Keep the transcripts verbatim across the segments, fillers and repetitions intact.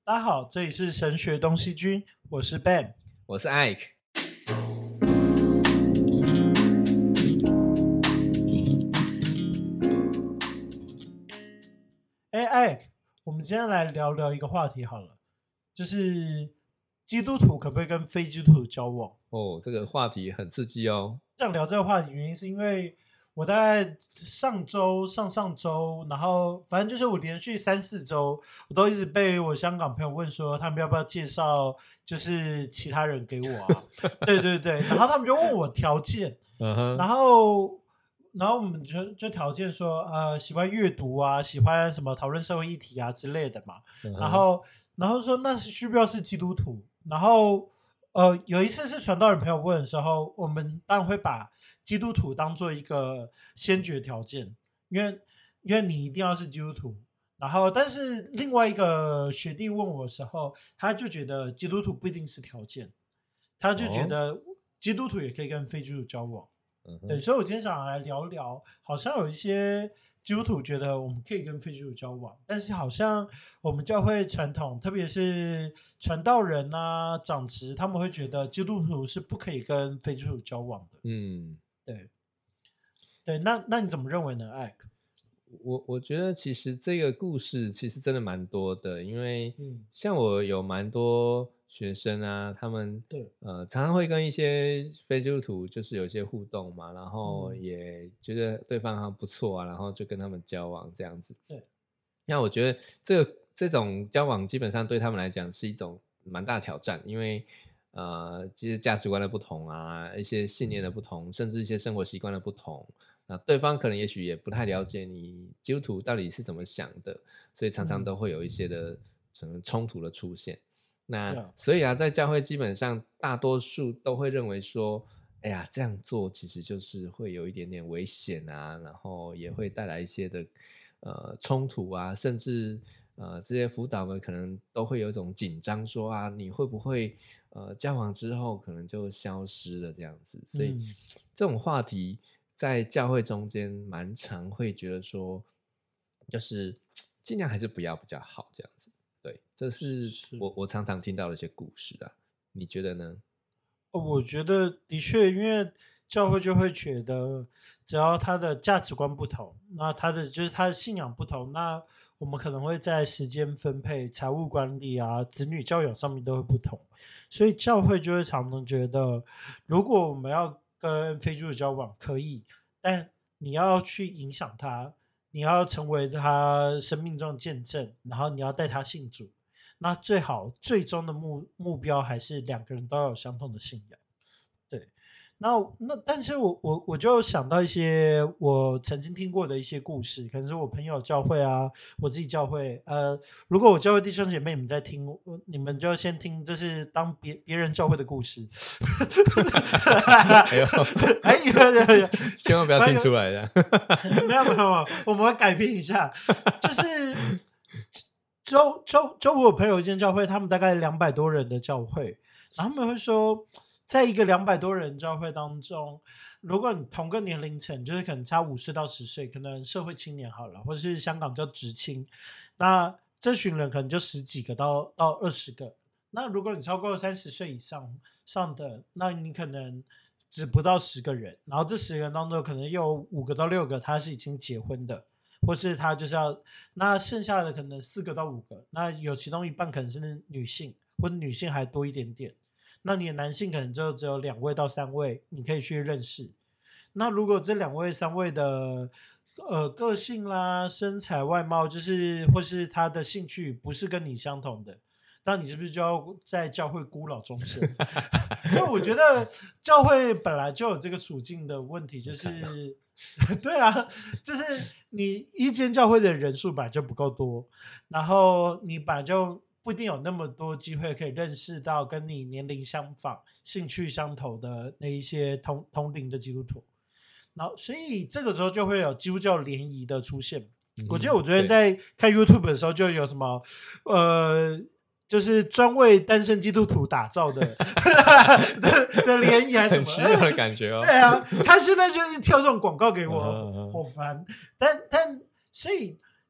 大家好，这里是神学东西君，我是 Ben， 我是 Ike。 哎 Ike，我们今天来聊聊一个话题好了，就是基督徒可不可以跟非基督徒交往？ 哦，这个话题很刺激哦。 想聊这个话题原因是因为我大概上周、上上周，然后反正就是我连续三四周，我都一直被我香港朋友问说，他们要不要介绍就是其他人给我啊？对对对，然后他们就问我条件， 嗯然后然后我们就就条件说，呃，喜欢阅读啊，喜欢什么讨论社会议题啊之类的嘛， 嗯然后然后说那是需不要是基督徒？然后呃，有一次是传道人朋友问的时候，我们当然会把基督徒当做一个先决条件，因为因为你一定要是基督徒。然后，但是另外一个学弟问我的时候，他就觉得基督徒不一定是条件，他就觉得基督徒也可以跟非基督徒交往。 嗯对，所以我今天想来聊聊，好像有一些基督徒觉得我们可以跟非基督徒交往，但是好像我们教会传统，特别是传道人啊、长执，他们会觉得基督徒是不可以跟非基督徒交往的。 嗯， 对，对，那那你怎么认为呢，艾克？ 我我觉得其实这个故事其实真的蛮多的，因为嗯像我有蛮多学生啊，他们对呃常常会跟一些非基督徒就是有一些互动嘛，然后嗯也觉得对方好像不错啊，然后就跟他们交往这样子。 对， 那我觉得这个这种交往基本上对他们来讲是一种蛮大的挑战，因为呃，其实价值观的不同啊，一些信念的不同，甚至一些生活习惯的不同，那对方可能也许也不太了解你基督徒到底是怎么想的，所以常常都会有一些的可能冲突的出现。那 Yeah. 所以啊，在教会基本上大多数都会认为说，哎呀，这样做其实就是会有一点点危险啊，然后也会带来一些的呃冲突啊，甚至呃这些辅导们可能都会有一种紧张，说啊你会不会呃交往之后可能就消失了这样子，所以、 嗯这种话题在教会中间蛮常会觉得说，就是尽量还是不要比较好这样子。对，这是是我我常常听到的一些故事啊，你觉得呢？ 哦我觉得的确，因为教会就会觉得，只要他的价值观不同，那他的就是他的信仰不同，那我们可能会在时间分配、财务管理啊、子女教养上面都会不同，所以教会就会常常觉得，如果我们要跟非基督徒交往，可以，但你要去影响他，你要成为他生命中的见证，然后你要带他信主。那最好最终的目目标还是两个人都要有相同的信仰。对，那那但是我我我就想到一些我曾经听过的一些故事，可能是我朋友教会啊，我自己教会。呃，如果我教会弟兄姐妹你们在听，你们就先听，这是当别别人教会的故事。 哎呦， 哎呦呦， 千万不要听出来的。 没有没有没有，我们会改变一下，就是周周周我朋友一间教会，他们大概两百多人的教会，然后他们会说，在一个两百多人教会当中，如果你同个年龄层，就是可能差五十到十岁，可能社会青年好了，或者是香港叫职青，那这群人可能就十几个到到二十个。那如果你超过三十岁以上上的，那你可能只不到十个人，然后这十个人当中可能又有五个到六个他是已经结婚的，或是他就是要，那剩下的可能四个到五个，那有其中一半可能是女性，或者女性还多一点点，那你的男性可能就只有两位到三位，你可以去认识。那如果这两位三位的呃个性啦、身材、外貌，就是或是他的兴趣不是跟你相同的，那你是不是就要在教会孤老终生？就我觉得教会本来就有这个处境的问题，就是对啊，就是你一间教会的人数本来就不够多，然后你本来就不一定有那么多机会可以认识到跟你年龄相仿、兴趣相投的那一些同同龄的基督徒，然后所以这个时候就会有基督教联谊的出现。 嗯、 我记得我昨天在看 YouTube 的时候，就有什么呃。就是专为单身基督徒打造的的, 的联谊还是什么， 很需要的感觉哦。 对啊，他现在就一跳这种广告给我，好烦。但但所以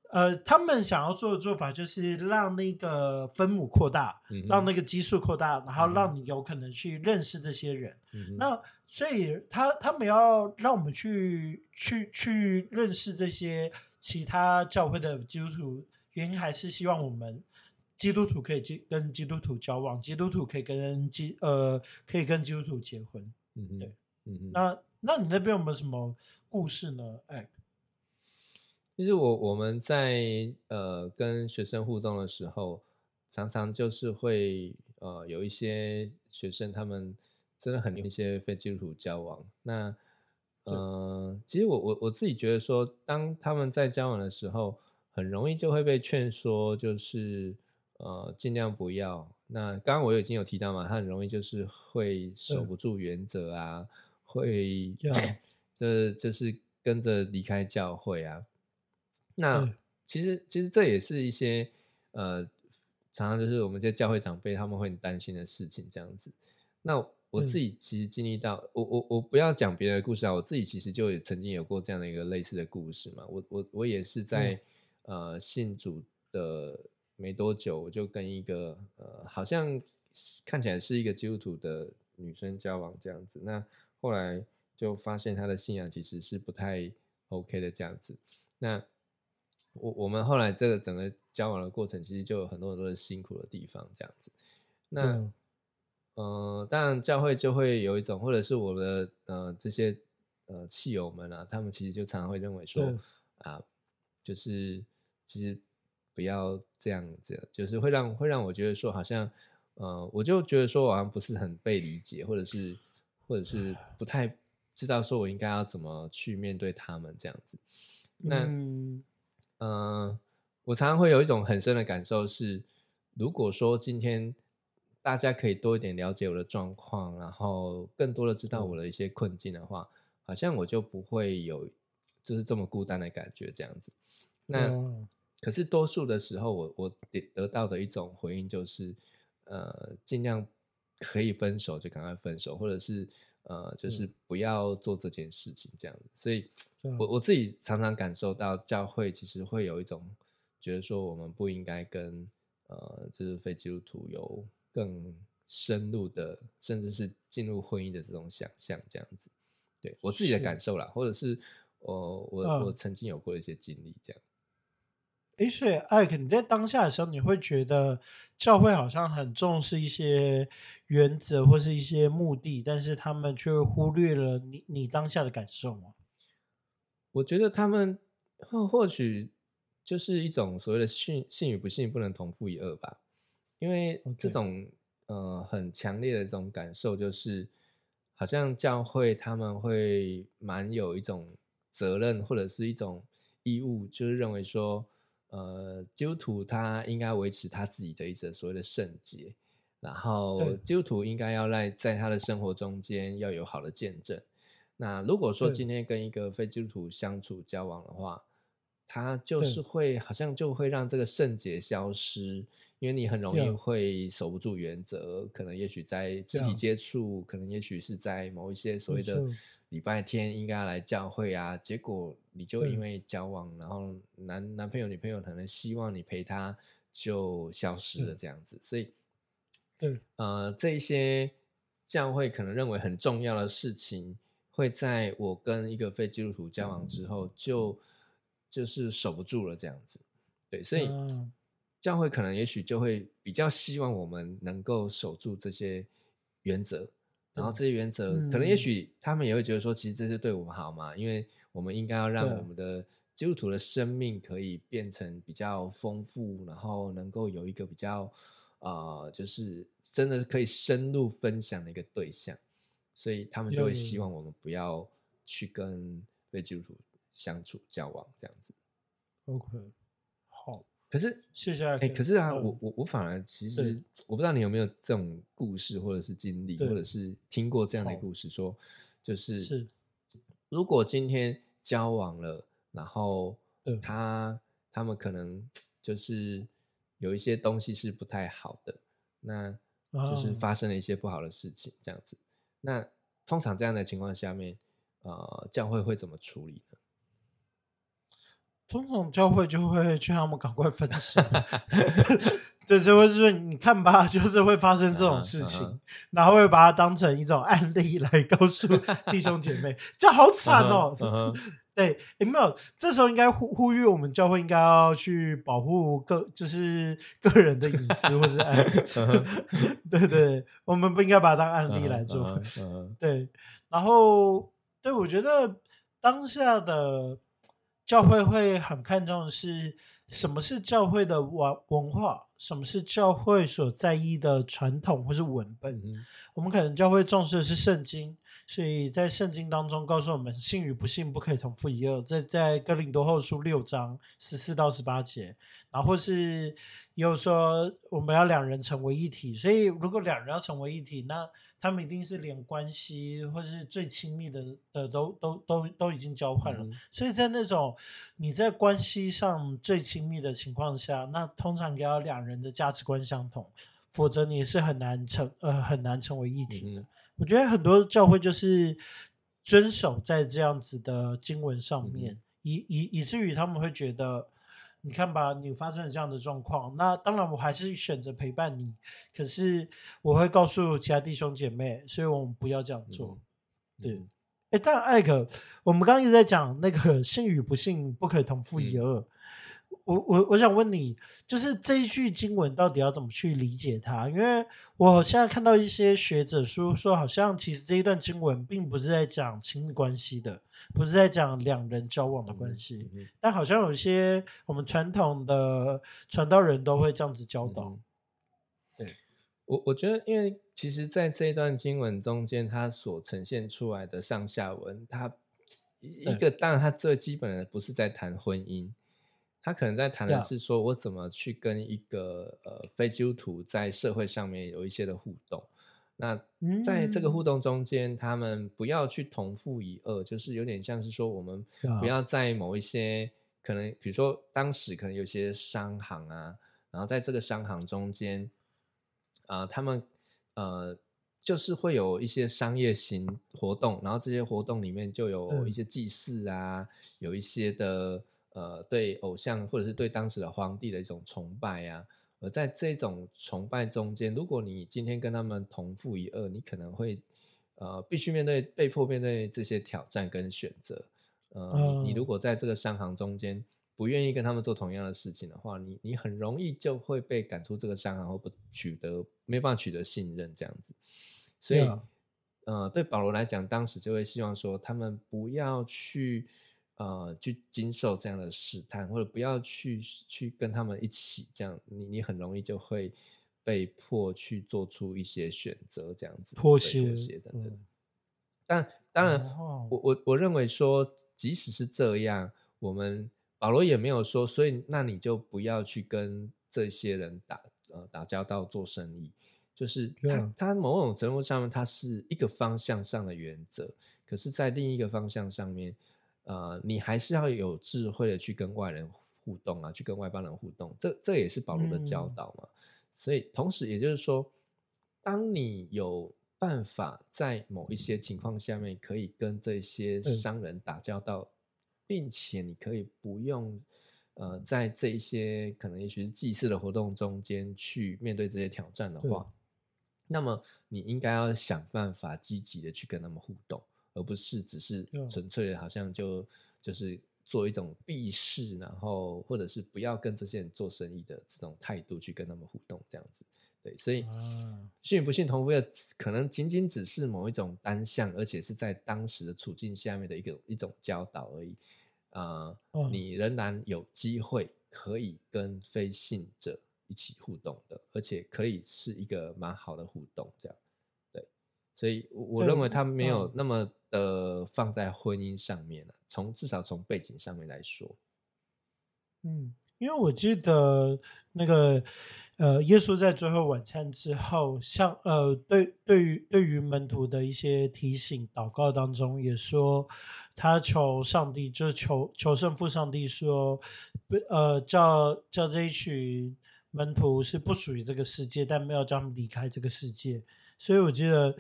呃，他们想要做的做法就是让那个分母扩大， 嗯哼， 让那个基数扩大，然后嗯哼， 让你有可能去认识这些人。 嗯哼， 那所以他他们要让我们去去去认识这些其他教会的基督徒，原因还是希望我们基督徒可以基跟基督徒交往，基督徒可以跟基呃可以跟基督徒结婚。 嗯哼， 对， 嗯哼。 那那你那边有没有什么故事呢？哎， 其实我我们在呃跟学生互动的时候，常常就是会呃有一些学生他们真的很跟一些非基督徒交往。那对， 呃，其实我我我自己觉得说，当他们在交往的时候，很容易就会被劝说，就是呃尽量不要。那刚刚我已经有提到嘛，他很容易就是会守对， 不住原则啊，会呀， 这就是跟着离开教会啊。那对， 其实其实这也是一些呃，常常就是我们这些教会长辈他们会很担心的事情，这样子。那我自对， 己其实经历到，我我我不要讲别人的故事啊，我自己其实就有曾经有过这样的一个类似的故事嘛。我我我也是嗯， 在呃信主的没多久，我就跟一个呃好像看起来是一个基督徒的女生交往这样子。那后来就发现她的信仰其实是不太 OK 的这样子。那我我们后来这个整个交往的过程，其实就有很多很多的辛苦的地方，这样子。那对， 呃，当然教会就会有一种，或者是我的呃这些呃器友们啊，他们其实就常常会认为说对， 啊，就是其实不要这样子，就是会让会让我觉得说，好像呃，我就觉得说我好像不是很被理解，或者是或者是不太知道说我应该要怎么去面对他们这样子。那嗯， 嗯，我常常会有一种很深的感受是，如果说今天大家可以多一点了解我的状况，然后更多的知道我对， 的一些困境的话，好像我就不会有就是这么孤单的感觉这样子。那嗯， 可是多数的时候我，我得得到的一种回应就是，呃，尽量可以分手就赶快分手，或者是呃，就对， 是不要做这件事情这样子。所以对， 我我自己常常感受到教会其实会有一种觉得说，我们不应该跟呃，就是非基督徒有更深入的，甚至是进入婚姻的这种想象，这样子。对我自己的是， 感受啦，或者是我我我嗯。 曾经有过的一些经历，这样。 诶，所以艾克，你在当下的时候，你会觉得教会好像很重视一些原则或是一些目的，但是他们却忽略了你你当下的感受吗我觉得他们或或许就是一种所谓的信信与不信不能同负一二吧，因为这 ？OK， 种呃很强烈的这种感受，就是好像教会他们会蛮有一种责任或者是一种义务，就是认为说，呃，基督徒他应该维持他自己的一个所谓的圣洁，然后对基督徒应该要在在他的生活中间要有好的见证。那如果说对今天跟一个非基督徒相处交往的话，他就是对会好像就会让这个圣洁消失，因为你很容易 ，Yeah， 会守不住原则，可能也许在肢体 Yeah， 接触，可能也许是在某一些所谓的没错， 礼拜天应该要来教会啊，结果你就因对为交往，然后男男朋友女朋友可能希望你陪他，就消失了对这样子，所以对呃，这一些教会可能认为很重要的事情，会在我跟一个非基督徒交往之后就，就是守不住了这样子。对，所以啊， 教会可能也许就会比较希望我们能够守住这些原则，然对， 后这些原则可能也嗯， 许他们也会觉得说，其实这是对我们好嘛，因为我们应该要让我对们的基督徒的生命可以变成比较丰富，然后能够有一个比较呃，就是真的可以深入分享的一个对象，所以他们就会希有有有望我们不要去跟非基督徒相处交往这样子。 ，OK，好， 可是，哎， 谢谢艾克， 可是啊，我嗯， 我我反而其对实我不知道你有没有这种故事，或者是经历，或对， 者是听过这样的好， 故事说，就是是， 如果今天交往了，然后对他他们可能就是有一些东西是不太好的，那就是啊。 发生了一些不好的事情，这样子。那通常这样的情况下面，呃，教会会怎么处理呢？ 通常教会就会劝他们赶快分手，对，就会说你看吧，就是会发生这种事情， 嗯哼然后会把它当成一种案例来告诉弟兄姐妹，这样好惨哦。 嗯哼对，有没有？这时候应该呼呼吁我们教会应该要去保护个就是个人的隐私或是案例， 嗯哼对对，我们不应该把它当案嗯例来做。 哼嗯哼嗯哼对，然后对我觉得当下的教会会很看重的是什么是教会的文文化，什么是教会所在意的传统或是文本。 嗯哼我们可能教会重视的是圣经，所以在圣经当中告诉我们，信与不信不可以同父一轭。在在哥林多后书六章十四到十八节，然后或是也有说我们要两人成为一体，所以如果两人要成为一体，那他们一定是连关系或是最亲密的的都都都都已经交换了。 嗯哼所以在那种你在关系上最亲密的情况下，那通常也要两人的价值观相同，否则你是很难成呃很难成为一体的。 嗯哼我觉得很多教会就是遵守在这样子的经文上嗯面， 哼以以以至于他们会觉得，你看吧，你发生了这样的状况，那当然我还是选择陪伴你，可是我会告诉其他弟兄姐妹，所以我们不要这样做。 嗯哼对， 嗯哎，但艾克，我们刚刚一直在讲那个信与不信不可以同父异嗯母。我我我想问你，就是这一句经文到底要怎么去理解它？因为我现在看到一些学者说说，好像其实这一段经文并不是在讲亲密关系的，不是在讲两人交往的嗯哼关系， 嗯哼但好像有一些我们传统的传道人都会这样子教导。 嗯哼对， 我我觉得，因为其实，在这一段经文中间，它所呈现出来的上下文，它一对个当然，它最基本的不是在谈婚姻，他可能在谈的呀， 是说我怎么去跟一个呃非基督徒在社会上面有一些的互动。那在这个互嗯， 动中间，他们不要去同父异母，就是有点像是说，我们不呀， 要在某一些可能，比如说当时可能有些商行啊，然后在这个商行中间，啊、呃他们呃就是会有一些商业型活动，然后这些活动里面就有一嗯， 些祭祀啊，有一些的呃对偶像或者是对当时的皇帝的一种崇拜啊。而在这种崇拜中间，如果你今天跟他们同父一轭，你可能会呃必须面对被迫面对这些挑战跟选择。呃，你你如嗯， 果在这个商行中间不愿意跟他们做同样的事情的话，你你很容易就会被赶出这个商行，或不取得没办法取得信任这样子。所以， 呀， 呃，对保罗来讲，当时就会希望说，他们不要去呃去经受这样的试探，或者不要去去跟他们一起这样，你你很容易就会被迫去做出一些选择，这样子，对， 妥协， 妥协等等。 嗯， 但当然， 哦， 我我我认为说，即使是这样，我们保罗也没有说，所以那你就不要去跟这些人打呃打交道做生意。就是他呀， 他某种程度上面，它是一个方向上的原则，可是，在另一个方向上面，呃，你还是要有智慧的去跟外人互动啊，去跟外邦人互动，这这也是保罗的教嗯， 导嘛。所以，同时也就是说，当你有办法在某一些情况下面可以跟这些对， 商人打交道，并且你可以不用呃在这一些可能也许是祭祀的活动中间去面对这些挑战的对， 话，那么你应该要想办法积极的去跟他们互动，而不是只是呀， 纯粹的好像就就是做一种避世，然后或者是不要跟这些人做生意的这种态度去跟他们互动，这样子。对，所以啊， 信与不信同父的可能仅仅只是某一种单向，而且是在当时的处境下面的一个一种教导而已。呃， 嗯， 你仍然有机会可以跟非信者一起互动的，而且可以是一个蛮好的互动，这样。对，所以我我对， 认为他没有嗯。 那么的放在婚姻上面了，从至少从背景上面来说。 嗯，因为我记得那个呃，耶稣在最后晚餐之后，像呃，对对于对于门徒的一些提醒、祷告当中，也说他求上帝，就是求求圣父上帝说，不呃，叫叫这一群门徒是不属于这个世界，但没有叫他们离开这个世界。所以我记得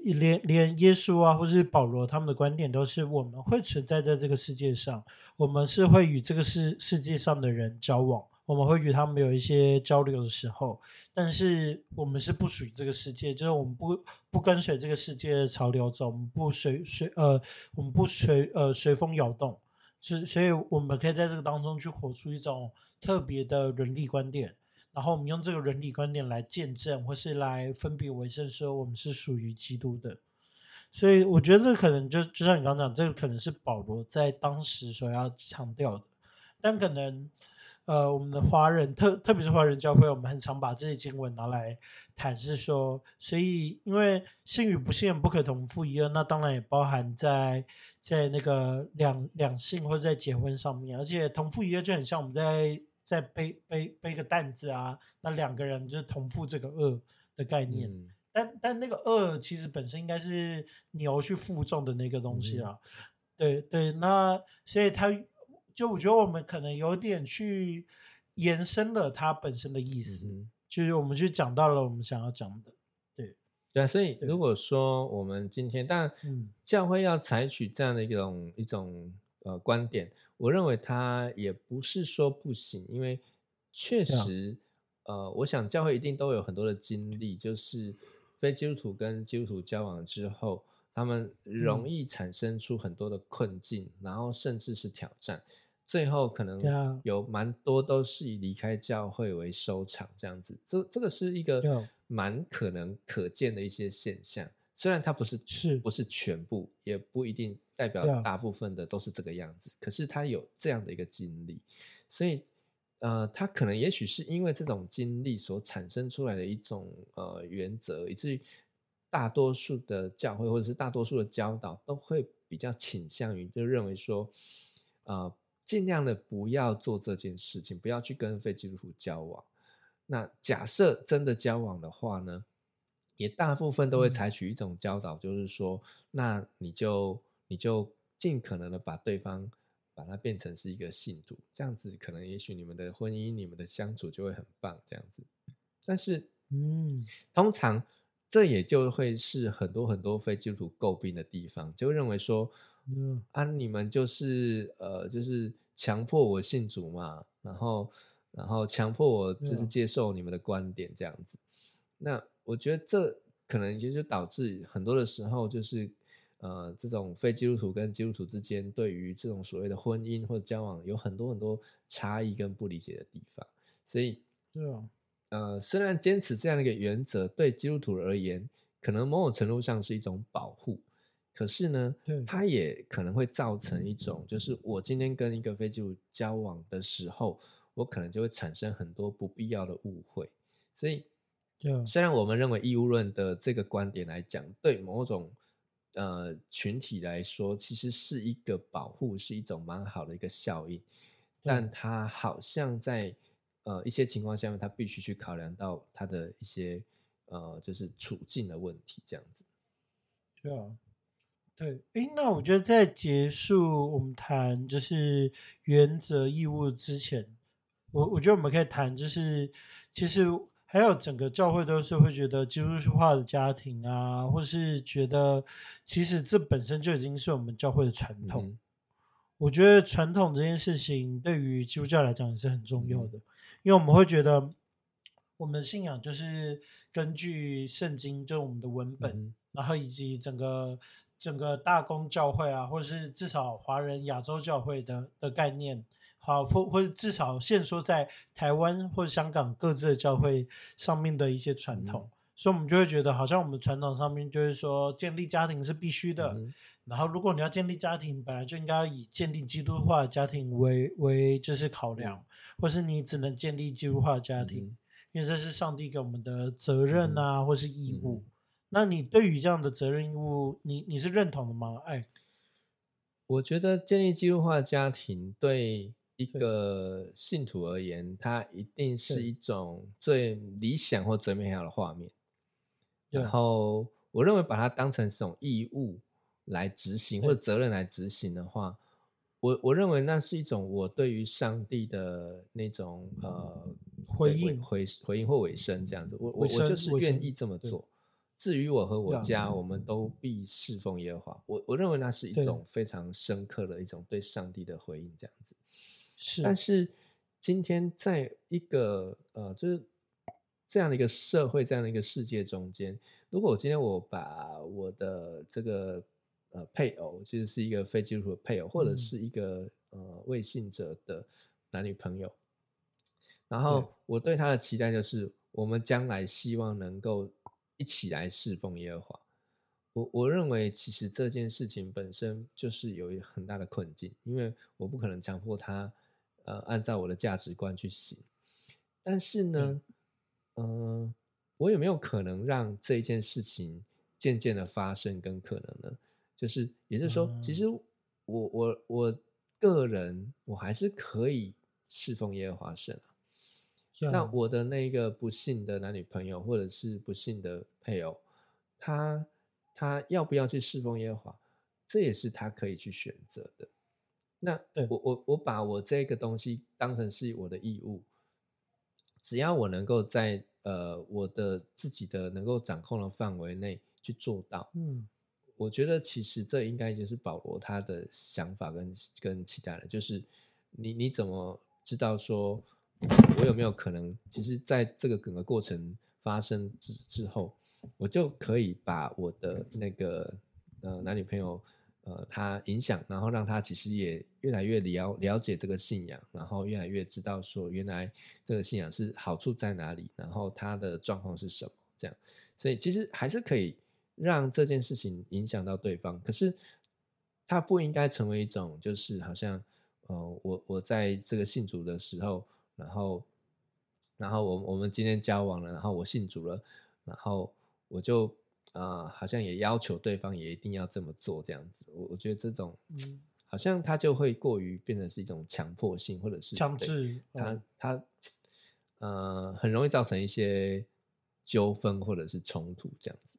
连连耶稣啊，或是保罗他们的观点都是，我们会存在在这个世界上，我们是会与这个世世界上的人交往，我们会与他们有一些交流的时候，但是我们是不属于这个世界，就是我们不不跟随这个世界的潮流走，我们不随随呃，我们不随呃随风摇动，是所以我们可以在这个当中去活出一种特别的伦理观点。然后我们用这个伦理观点来见证，或是来分别为圣，说我们是属于基督的。所以我觉得这可能就就像你刚刚讲，这个可能是保罗在当时所要强调的。但可能呃，我们的华人特特别是华人教会，我们很常把这些经文拿来谈，是说，所以因为信与不信不可同父一儿，那当然也包含在在那个两两性或者在结婚上面，而且同父一儿就很像我们在。再背背背个担子啊，那两个人就是同负这个恶的概念。 嗯但但那个恶其实本身应该是牛去负重的那个东西啊。 嗯对对，那所以他就我觉得我们可能有点去延伸了它本身的意思， 嗯就是我们去讲到了我们想要讲的。对对啊，所以对， 如果说我们今天，当然嗯， 教会要采取这样的一种一种呃观点，我认为它也不是说不行，因为确对啊， 实，呃，我想教会一定都有很多的经历，就是非基督徒跟基督徒交往之后，他们容嗯， 易产生出很多的困境，然后甚至是挑战，最后可能对啊， 有蛮多都是以离开教会为收场，这样子，这这个是一个对啊， 蛮可能可见的一些现象。虽然它不是是， 不是全部，也不一定代表对啊， 大部分的都是这个样子，可是他有这样的一个经历，所以呃，他可能也许是因为这种经历所产生出来的一种呃原则，以至于大多数的教会或者是大多数的教导都会比较倾向于就认为说，呃，尽量的不要做这件事情，不要去跟非基督徒交往。那假设真的交往的话呢，也大部分都会嗯， 采取一种教导，就是说，那你就你就尽可能的把对方把它变成是一个信徒，这样子可能也许你们的婚姻、你们的相处就会很棒，这样子。但是嗯， 通常这也就会是很多很多非基督徒诟病的地方，就认为说， 嗯， 啊，你们就是呃，就是强迫我信主嘛，然后然后强迫我就是对啊， 接受你们的观点这样子。那我觉得这可能也就导致很多的时候就是呃，这种非基督徒跟基督徒之间对于这种所谓的婚姻或者交往有很多很多差异跟不理解的地方，所以对啊， 呃，虽然坚持这样的一个原则对基督徒而言，可能某种程度上是一种保护，可是呢， 对， 它也可能会造成一种，就是我今天跟一个非基督徒交往的时候，我可能就会产生很多不必要的误会。所以， 对啊， 虽然我们认为义务论的这个观点来讲，对某种呃群体来说，其实是一个保护，是一种蛮好的一个效应， 对啊， 但它好像在呃一些情况下面，它必须去考量到它的一些呃就是处境的问题，这样子。 对啊。对，诶，那我觉得在结束我们谈就是原则义务之前，我我觉得我们可以谈，就是其实还有整个教会都是会觉得基督化的家庭啊，或是觉得其实这本身就已经是我们教会的传统。 嗯哼， 我觉得传统这件事情对于基督教来讲也是很重嗯哼， 要的，因为我们会觉得我们的信仰就是根据圣经，就是我们的文本， 嗯哼， 然后以及整个整个大公教会啊，或者是至少华人亚洲教会的的概念，好，或或者至少限缩在台湾或者香港各自的教会上面的一些传统， 嗯哼， 所以我们就会觉得好像我们传统上面就是说建立家庭是必须的， 嗯哼， 然后如果你要建立家庭，本来就应该要以建立基督化的家庭为为就是考量，或是你只能建立基督化的家庭， 嗯哼， 因为这是上帝给我们的责任嗯哼， 啊，或是义务。 嗯哼。 那你对于这样的责任义务，你你是认同的吗？哎， 我觉得建立基督化家庭对一对个信徒而言，它一定是对一种最理想或最美好的画面。然对啊， 后，我认为把它当成是种义务来执行或者对， 责任来执行的话，我我认为那是一种我对于上帝的那种呃，对，委回应回回应或委身这样子。我我我就尾声是愿意尾声，对这么做。 至于我和我 Yeah. 家，我们都必侍奉耶和华。我我认为那是一对种非常深刻的一种对上帝的回应，这样子。 是， 但是今天在一个呃，就是这样的一个社会、这样的一个世界中间，如果今天我把我的这个呃配偶，其实是一个非基督徒的配偶，或者嗯， 是一个呃未信者的男女朋友，然对， 后我对他的期待就是，我们将来希望能够一起来侍奉耶和华。我我认为其实这件事情本身就是有一很大的困境，因为我不可能强迫他，呃，按照我的价值观去行。但是对， 呢，嗯、我有没有可能让这一件事情渐渐的发生跟可能呢？就是也就是说，其嗯实我我我个人我还是可以侍奉耶和华神啊。那 ，Yeah. 我的那个不幸的男女朋友或者是不幸的配偶，他他要不要去侍奉耶和华，这也是他可以去选择的。那对， 我我我把我这个东西当成是我的义务，只要我能够在呃我的自己的能够掌控的范围内去做到， 嗯， 我觉得其实这应该就是保罗他的想法跟跟期待了，就是你你怎么知道说我有没有可能，其实在这个整个过程发生之之后，我就可以把我的那个呃男女朋友呃他影响，然后让他其实也越来越了了解这个信仰，然后越来越知道说原来这个信仰是好处在哪里，然后他的状况是什么，这样，所以其实还是可以让这件事情影响到对方，可是它不应该成为一种就是好像呃我我在这个信主的时候，然后然后我我们今天交往了，然后我信主了，然后我就啊、呃好像也要求对方也一定要这么做这样子，我我觉得这种嗯， 好像他就会过于变成是一种强迫性，或者是对强制， 他嗯他呃很容易造成一些纠纷或者是冲突这样子。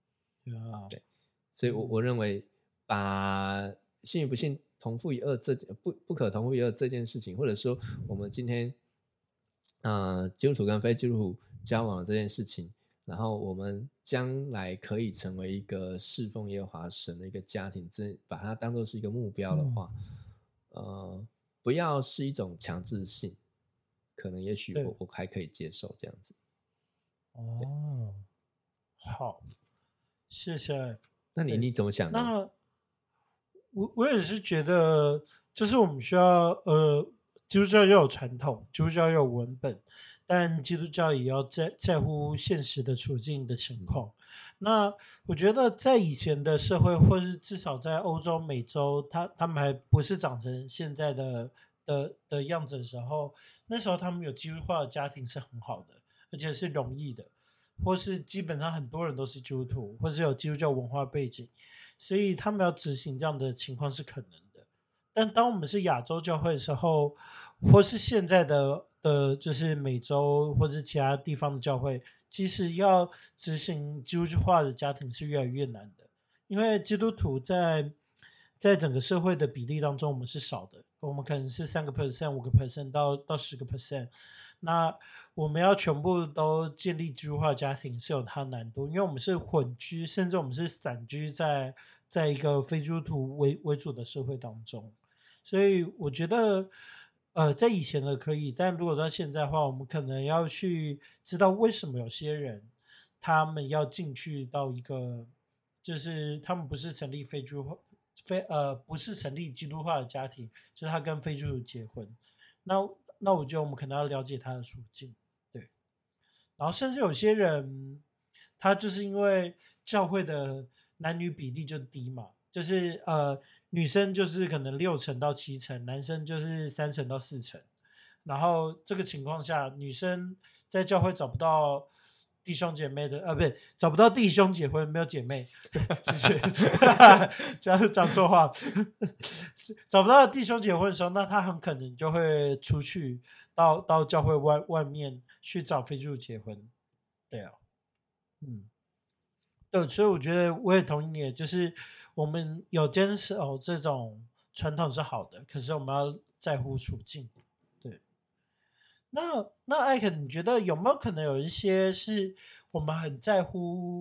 ，Yeah. 所以我， 嗯我认为把信与不信同父一轭这不不可同父一轭这件事情，或者说我们今天呃基督徒跟非基督徒交往的这件事情，然后我们将来可以成为一个侍奉耶和华神的一个家庭，这把它当做是一个目标的话， 嗯呃，不要是一种强制性，可能也许对， 我我还可以接受这样子。 哦，好，谢谢。 那你对， 你怎么想呢？ 那我我也是觉得，就是我们需要呃，基督教要有传统，基督教要有文本，但基督教也要在在乎现实的处境的情况。那我觉得在以前的社会，或是至少在欧洲、美洲，他他们还不是长成现在的的的样子的时候，那时候他们有基督化的家庭是很好的，而且是容易的，或是基本上很多人都是基督徒，或是有基督教文化背景。所以他们要执行这样的情况是可能的。但当我们是亚洲教会的时候，或是现在的的，就是美洲或是其他地方的教会，其实要执行基督化的家庭是越来越难的，因为基督徒在在整个社会的比例当中，我们是少的，我们可能是三个 percent、五个 percent 到到十个 percent。那我们要全部都建立基督化家庭是有它的难度，因为我们是混居，甚至我们是散居在在一个非基督徒为为主的社会当中，所以我觉得，呃，在以前的可以，但如果到现在的话，我们可能要去知道为什么有些人他们要进去到一个，就是他们不是成立非基督化非呃不是成立基督化的家庭，就是他跟非基督徒结婚，那那我觉得我们可能要了解他的处境。对，然后甚至有些人，他就是因为教会的男女比例就低嘛，就是呃女生就是可能六成到七成，男生就是三成到四成，然后这个情况下，女生在教会找不到弟兄姐妹的，呃，不对，找不到弟兄结婚，没有姐妹，谢谢，这样讲错话，找不到弟兄结婚的时候，那他很可能就会出去到到教会外外面去找非基督徒结婚，对啊，嗯，对，所以我觉得我也同意你的，就是我们有坚持哦这种传统是好的，可是我们要在乎处境，对。那那艾肯，你觉得有没有可能有一些是我们很在乎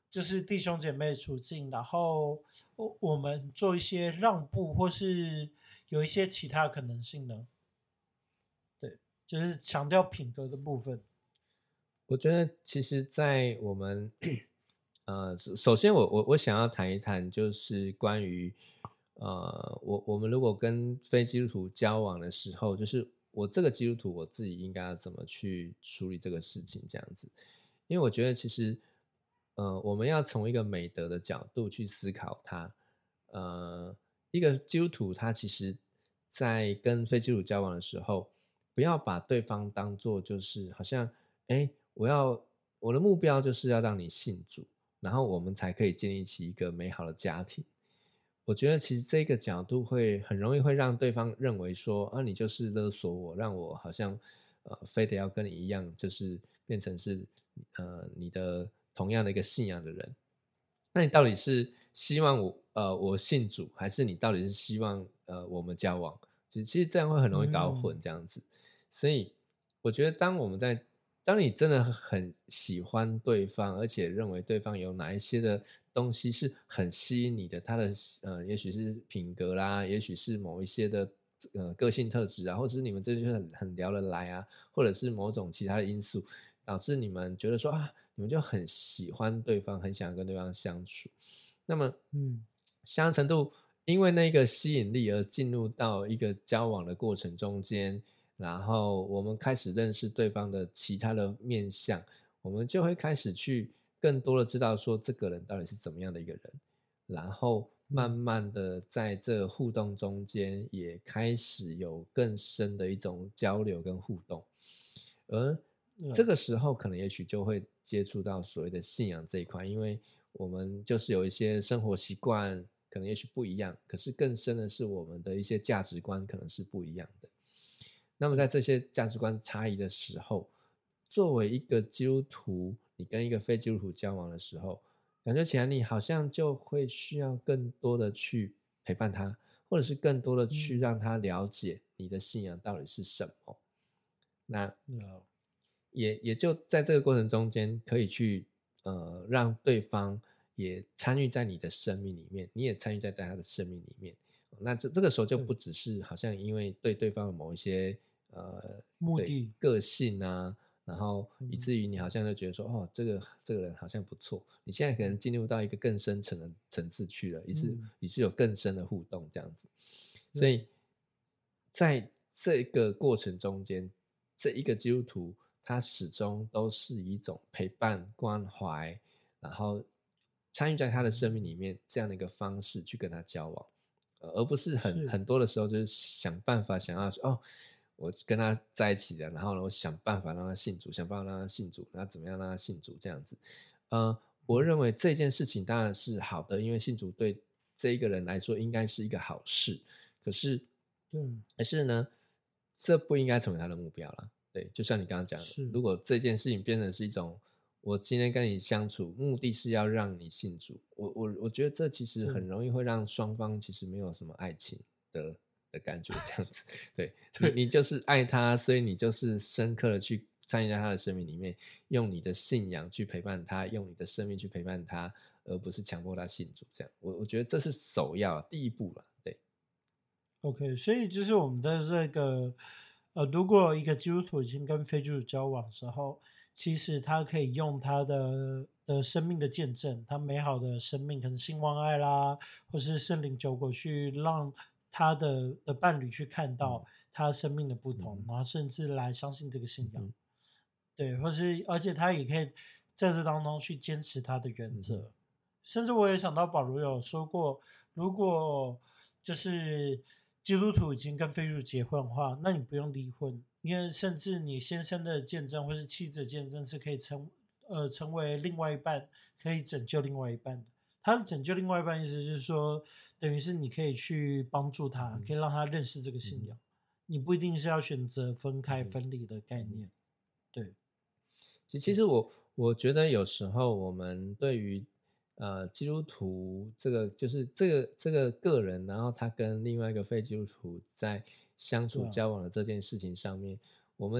就是弟兄姐妹的处境，然后我我们做一些让步，或是有一些其他的可能性呢？对，就是强调品格的部分。 我觉得其实在我们呃，首首先我我我想要谈一谈，就是关于呃，我我们如果跟非基督徒交往的时候，就是我这个基督徒我自己应该要怎么去处理这个事情，这样子。因为我觉得其实呃，我们要从一个美德的角度去思考它。呃，一个基督徒他其实在跟非基督徒交往的时候，不要把对方当做就是好像哎，我要我的目标就是要让你信主，然后我们才可以建立起一个美好的家庭。我觉得其实这个角度会很容易会让对方认为说啊，你就是勒索我，让我好像呃非得要跟你一样，就是变成是呃你的同样的一个信仰的人。那你到底是希望我呃我信主，还是你到底是希望呃我们交往？其实其实这样会很容易搞混嗯这样子。所以我觉得当我们在当你真的很喜欢对方，而且认为对方有哪一些的东西是很吸引你的，他的呃也许是品格啦，也许是某一些的呃个性特质啊，或者是你们这就很很聊得来啊，或者是某种其他的因素，导致你们觉得说啊，你们就很喜欢对方，很想跟对方相处。那么， 嗯， 相当程度因为那个吸引力而进入到一个交往的过程中间，然后我们开始认识对方的其他的面向，我们就会开始去更多的知道说这个人到底是怎么样的一个人，然后慢嗯慢的在这互动中间也开始有更深的一种交流跟互动。而这对， 个时候可能也许就会接触到所谓的信仰这一块，因为我们就是有一些生活习惯可能也许不一样，可是更深的是我们的一些价值观可能是不一样的。那么在这些价值观差异的时候，作为一个基督徒，你跟一个非基督徒交往的时候，感觉起来你好像就会需要更多的去陪伴他，或者是更多的去嗯， 让他了解你的信仰到底是什么。那有， 也也就在这个过程中间，可以去呃让对方也参与在你的生命里面，你也参与在他的生命里面。那这这个时候就对， 不只是好像因为对对方的某一些呃对目的， 个性啊，然后以嗯至于你好像就觉得说哦，这个这个人好像不错，你现在可能进入到一个更深层的层次去了，也是嗯， 也是有更深的互动这样子。所对， 以在这个过程中间，这一个基督徒他始终都是一种陪伴、关怀，然后参与在他的生命里面这样的一个方式去跟他交往，呃而不是很是， 很多的时候就是想办法想要说哦，我跟他在一起了，然后呢，我想办法让他信主，想办法让他信主，然后怎么样让他信主这样子。呃，我认为这件事情当然是好的，因为信主对这一个人来说应该是一个好事。可是， 对， 可是呢，这不应该成为他的目标啦。对，就像你刚刚讲的， 是， 如果这件事情变成是一种，我今天跟你相处，目的是要让你信主，我我我觉得这其实对， 很容易会让双方其实没有什么爱情的的感觉，这样子。对你， 对， 你就是爱他，所以你就是深刻的去参与在他的生命里面，用你的信仰去陪伴他，用你的生命去陪伴他，而不是强迫他信主。这样，我我觉得这是首要第一步了。对， OK，所以就是我们的这个，呃，如果一个基督徒已经跟非基督徒交往的时候，其实他可以用他的的生命的见证，他美好的生命，可能兴旺爱啦，或是圣灵酒果，去让他的的伴侣去看嗯到他生命的不同， 嗯然后甚至来相信这个信仰。 嗯对，或是而且他也可以在这当中去坚持他的原嗯哼则。甚至我也想到保罗有说过，如果就是基督徒已经跟非基督徒结婚的话，那你不用离婚，因为甚至你先生的见证或是妻子的见证是可以成呃成为另外一半，可以拯救另外一半的。他的拯救另外一半意思就是说，等于是你可以去帮助他， 嗯哼可以让他认识这个嗯哼信仰。你不一定是要选择分开嗯哼分离的概嗯哼。 念。对， 其其实我我觉得有时候我们对于呃基督徒这个就是这个这个个人，然后他跟另外一个非基督徒在相处对啊， 交往的这件事情上面，我们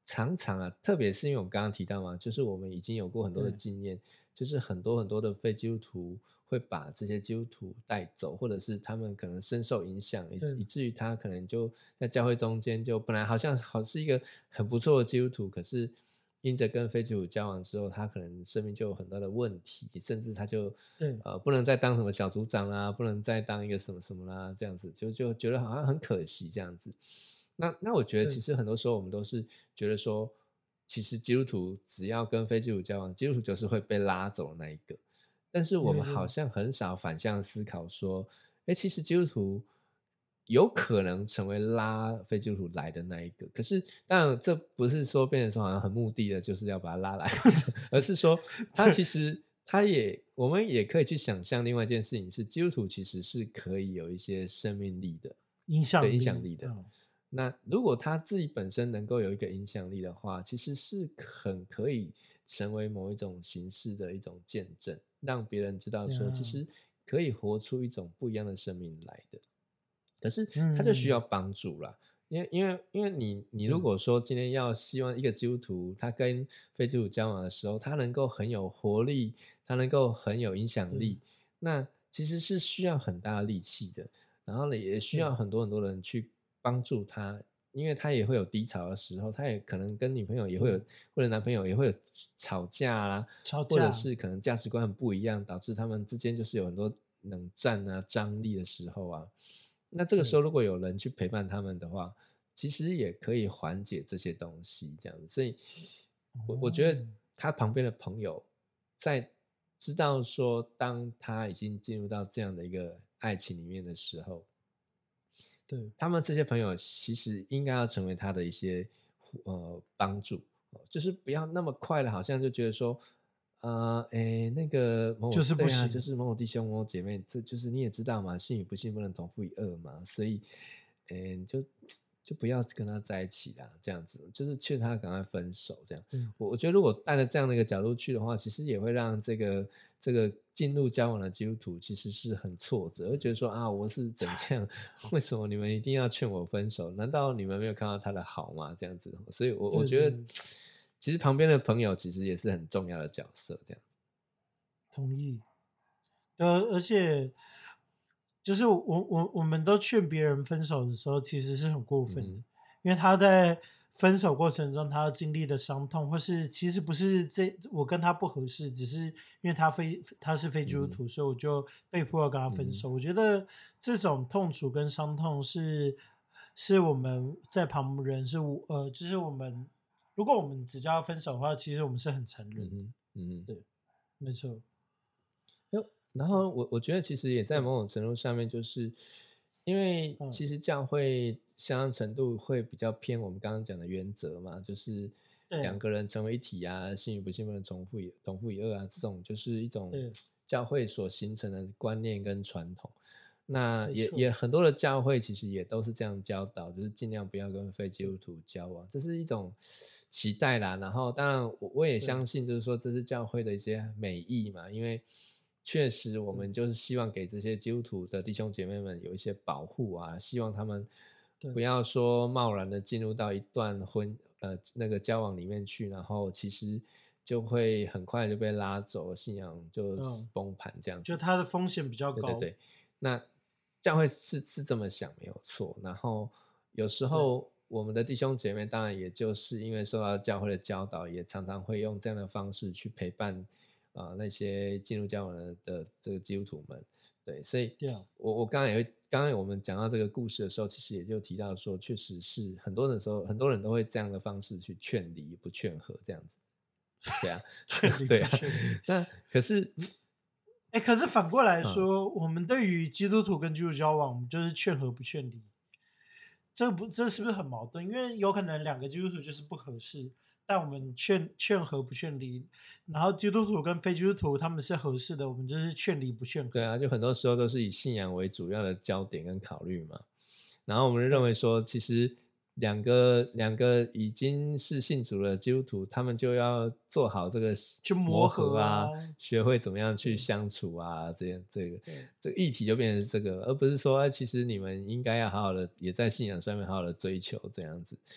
常常啊，特别是因为我们刚刚提到嘛，就是我们已经有过很多的经验，就是很多很多的非基督徒会把这些基督徒带走，或者是他们可能深受影响，以以至于他可能就在教会中间，就本来好像好是一个很不错的基督徒，可是因着跟非基督徒交往之后，他可能生命就有很多的问题，甚至他就呃不能再当什么小组长啦，不能再当一个什么什么啦，这样子就就觉得好像很可惜这样子。那那我觉得其实很多时候我们都是觉得说，其实基督徒只要跟非基督徒交往，基督徒就是会被拉走的那一个。但是我们好像很少反向思考说，哎，其实基督徒有可能成为拉非基督徒来的那一个。可是当然这不是说变成说好像很目的的就是要把他拉来，而是说他其实他也我们也可以去想象另外一件事情是，基督徒其实是可以有一些生命力的， 影响力影响力的。 嗯那如果他自己本身能够有一个影响力的话，其实是很可以成为某一种形式的一种见证，让别人知道说，其实可以活出一种不一样的生命来的。可是他就需要帮助啦，因为因为因为你你如果说今天要希望一个基督徒他跟非基督徒交往的时候，他能够很有活力，他能够很有影响力，那其实是需要很大的力气的，然后呢也需要很多很多人去帮助他，因为他也会有低潮的时候，他也可能跟女朋友也会有、嗯、或者男朋友也会有吵架啦， 吵架或者是可能价值观很不一样，导致他们之间就是有很多冷战啊张力的时候啊，那这个时候如果有人去陪伴他们的话，其实也可以缓解这些东西这样子，所以我我觉得他旁边的朋友在知道说当他已经进入到这样的一个爱情里面的时候， 对， 他们这些朋友其实应该要成为他的一些呃帮助，就是不要那么快的，好像就觉得说，呃，哎，那个某某就是不行， 对啊，就是某某弟兄、某某姐妹，这就是你也知道嘛，信与不信不能同负一二嘛，所以，哎，你就就不要跟他在一起啦，这样子，就是劝他赶快分手，这样。 嗯、 我我觉得如果带着这样的一个角度去的话，其实也会让这个这个进入交往的基督徒其实是很挫折，会觉得说啊，我是怎样？为什么你们一定要劝我分手？难道你们没有看到他的好吗？这样子，所以我我觉得，其实旁边的朋友其实也是很重要的角色，这样子。 同意。呃，而且。就是我我我们都劝别人分手的时候，其实是很过分的，嗯、因为他在分手过程中，他经历的伤痛，或是其实不是这我跟他不合适，只是因为他非他是非基督徒，嗯、所以我就被迫要跟他分手。嗯、我觉得这种痛楚跟伤痛是是我们在旁人是呃，就是我们如果我们只叫他分手的话，其实我们是很残忍的。嗯嗯，对，没错。 然后我我觉得其实也在某种程度上面，就是因为其实教会相当程度会比较偏我们刚刚讲的原则嘛，就是两个人成为一体啊，信与不信不能重复以同负一二啊，这种就是一种教会所形成的观念跟传统。那也也很多的教会其实也都是这样教导，就是尽量不要跟非基督徒交往，这是一种期待啦。然后当然我我也相信，就是说这是教会的一些美意嘛，因为确实我们就是希望给这些基督徒的弟兄姐妹们有一些保护啊，希望他们不要说贸然的进入到一段婚呃那个交往里面去，然后其实就会很快就被拉走，信仰就崩盘这样子， 就它的风险比较高。 对对对，那教会是是这么想没有错，然后有时候我们的弟兄姐妹当然也就是因为受到教会的教导，也常常会用这样的方式去陪伴啊、呃，那些进入交往 的, 的这个基督徒们，对，所以我我刚刚也会，刚刚我们讲到这个故事的时候，其实也就提到说，确实是很多的时候，很多人都会这样的方式去劝离不劝和这样子，对啊， 劝离对啊，那可是， 哎、欸，可是反过来说，嗯、我们对于基督徒跟基督徒交往，我们就是劝和不劝离，这不这是不是很矛盾？因为有可能两个基督徒就是不合适。但我们劝劝和不劝离，然后基督徒跟非基督徒他们是合适的，我们就是劝离不劝和。 对啊，就很多时候都是以信仰为主要的焦点跟考虑嘛。然后我们认为说，其实两个两个已经是信主的基督徒，他们就要做好这个去磨合啊，学会怎么样去相处啊，这样这个这个议题就变成这个，而不是说，其实你们应该要好好的，也在信仰上面好好的追求这样子。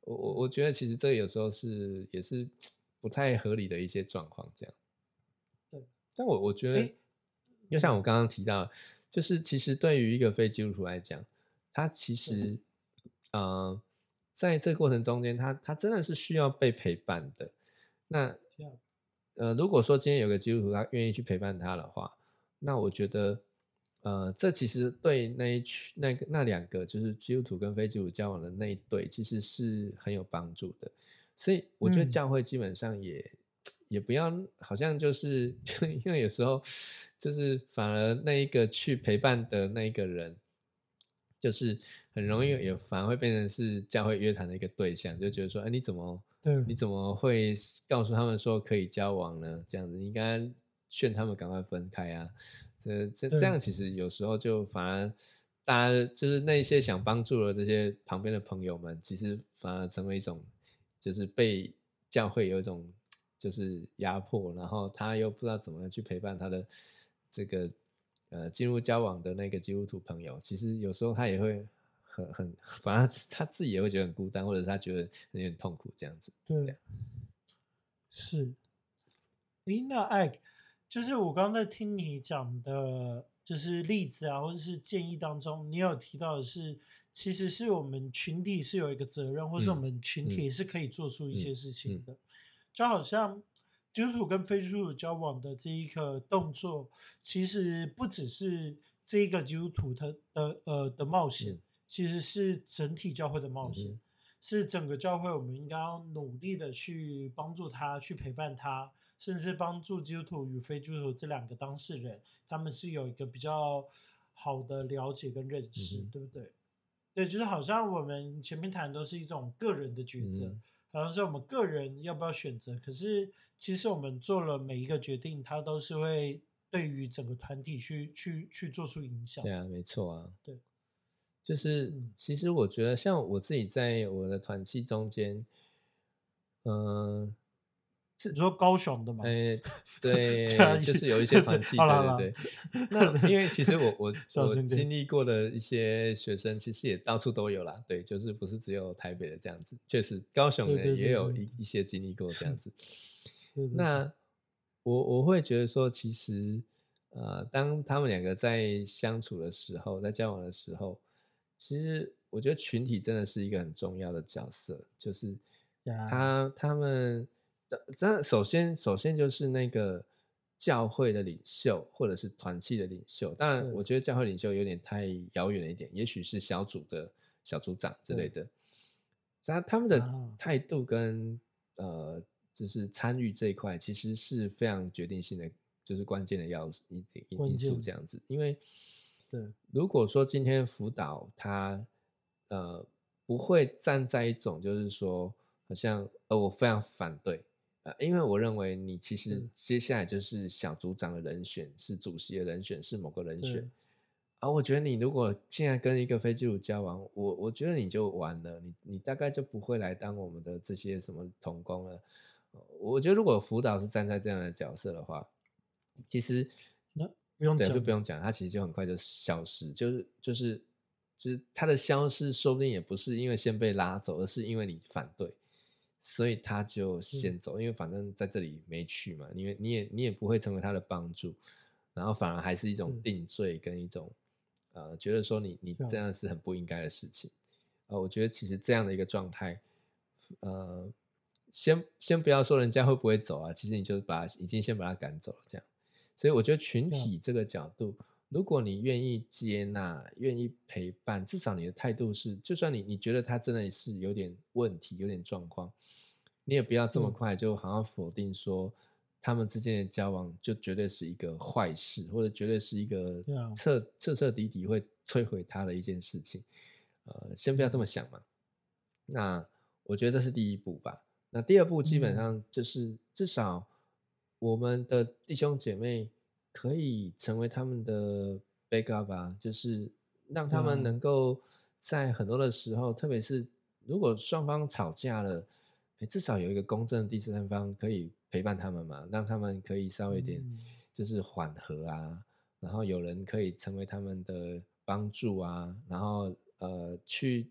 我我我觉得其实这有时候是也是不太合理的一些状况，这样。 对， 但我我觉得哎，， 就像我嗯， 刚刚提到，就是其实对于一个非基督徒来讲，他其对， 实呃，在这个过程中间，他他真的是需要被陪伴的。那这样， 呃，如果说今天有个基督徒他愿意去陪伴他的话，那我觉得呃，这其实对那一群那个那两个就是基督徒跟非基督徒交往的那一对，其实是很有帮助的。所以我觉得嗯， 教会基本上也也不要好像就是因为有时候就是反而那一个去陪伴的那一个人，就是很容易也反而会变成是教会约谈的一个对象，就觉得说，哎，你怎么对， 你怎么会告诉他们说可以交往呢？这样子，你应该劝他们赶快分开啊。这这这对， 样其实有时候就反而大家就是那些想帮助的这些旁边的朋友们，其实反而成为一种就是被教会有一种就是压迫，然后他又不知道怎么样去陪伴他的这个呃进入交往的那个基督徒朋友，其实有时候他也会很很，反而他自己也会觉得很孤单，或者是他觉得有点痛苦这样子。 对，是。诶，那艾，就是我刚刚在听你讲的，就是例子啊，或者是建议当中，你有提到的是，其实是我们群体是有一个责任，或是我嗯们群嗯体是可以做出一嗯些事情嗯的。就好像基督徒跟非基督徒交往的这一个动作，其实不只是这一个基督徒的的呃的冒险， 嗯其实是整体教会的冒险。 嗯哼是整个教会，我们应该要努力的去帮助他，去陪伴他，甚至帮助基督徒与非基督徒这两个当事人，他们是有一个比较好的了解跟认识， 嗯哼对不对？对，就是好像我们前面谈的都是一种个人的抉择， 嗯哼。 好像是我们个人要不要选择，可是其实我们做了每一个决定，它都是会对于整个团体去去去做出影响的。 对啊，没错啊， 对， 就是嗯， 其实我觉得像我自己在我的团契中间，嗯、 你说高雄的吗？ 呃， 这样对，就也是有一些团契， 好了好了， 对对对。那因为其实我我我小心点。 经历过的一些学生，其实也到处都有啦，对，就是不是只有台北的这样子，确实高雄对的也对对对有一一些经历过这样子。 对对对， 那我我会觉得说，其实呃，当他们两个在相处的时候，在交往的时候，其实我觉得群体真的是一个很重要的角色，就是呀， 他他们的，那首先首先就是那个教会的领袖或者是团契的领袖，当然对我觉得教会领袖有点太遥远了一点，也许是小组的小组长之类对的，他他们的啊， 态度跟呃，就是参与这一块，其实是非常决定性的，就是关键的要素因因因素关键这样子。因为对如果说今天辅导他呃不会站在一种就是说，好像呃我非常反对，呃，因为我认为你其实对接下来就是小组长的人选，是主席的人选，是某个人选。 对啊，我觉得你如果现在跟一个非基督徒交往，我我觉得你就完了，你你大概就不会来当我们的这些什么同工了。呃我觉得如果辅导是站在这样的角色的话，其实那不用对，就讲了， 不用讲，他其实就很快就消失，就是就是就是他的消失，说不定也不是因为先被拉走，而是因为你反对，所以他就嗯先走，因为反正在这里没去嘛，因为你也你也不会成为他的帮助，然后反而还是一种对定罪跟一种呃觉得说你你这样这样是很不应该的事情，呃，我觉得其实这样的一个状态，呃，先先不要说人家会不会走啊，其实你就把已经先把他赶走了这样。所以我觉得群这样体这个角度，如果你愿意接纳、愿意陪伴，至少你的态度是，就算你你觉得他真的是有点问题、有点状况，你也不要这么对快就好像否定说他们之间的交往就绝对是一个坏事，或者绝对是一个这样彻彻彻底底会摧毁他的一件事情。呃，先不要这么嗯想嘛。那我觉得这是第一步吧。那第二步基本嗯上就是至少我们的弟兄姐妹可以成为他们的 backup 啊，就是让他们对啊能够在很多的时候，特别是如果双方吵架了，诶至少有一个公正的第三方可以陪伴他们嘛，让他们可以稍微一点嗯就是缓和啊，然后有人可以成为他们的帮助啊，然后呃去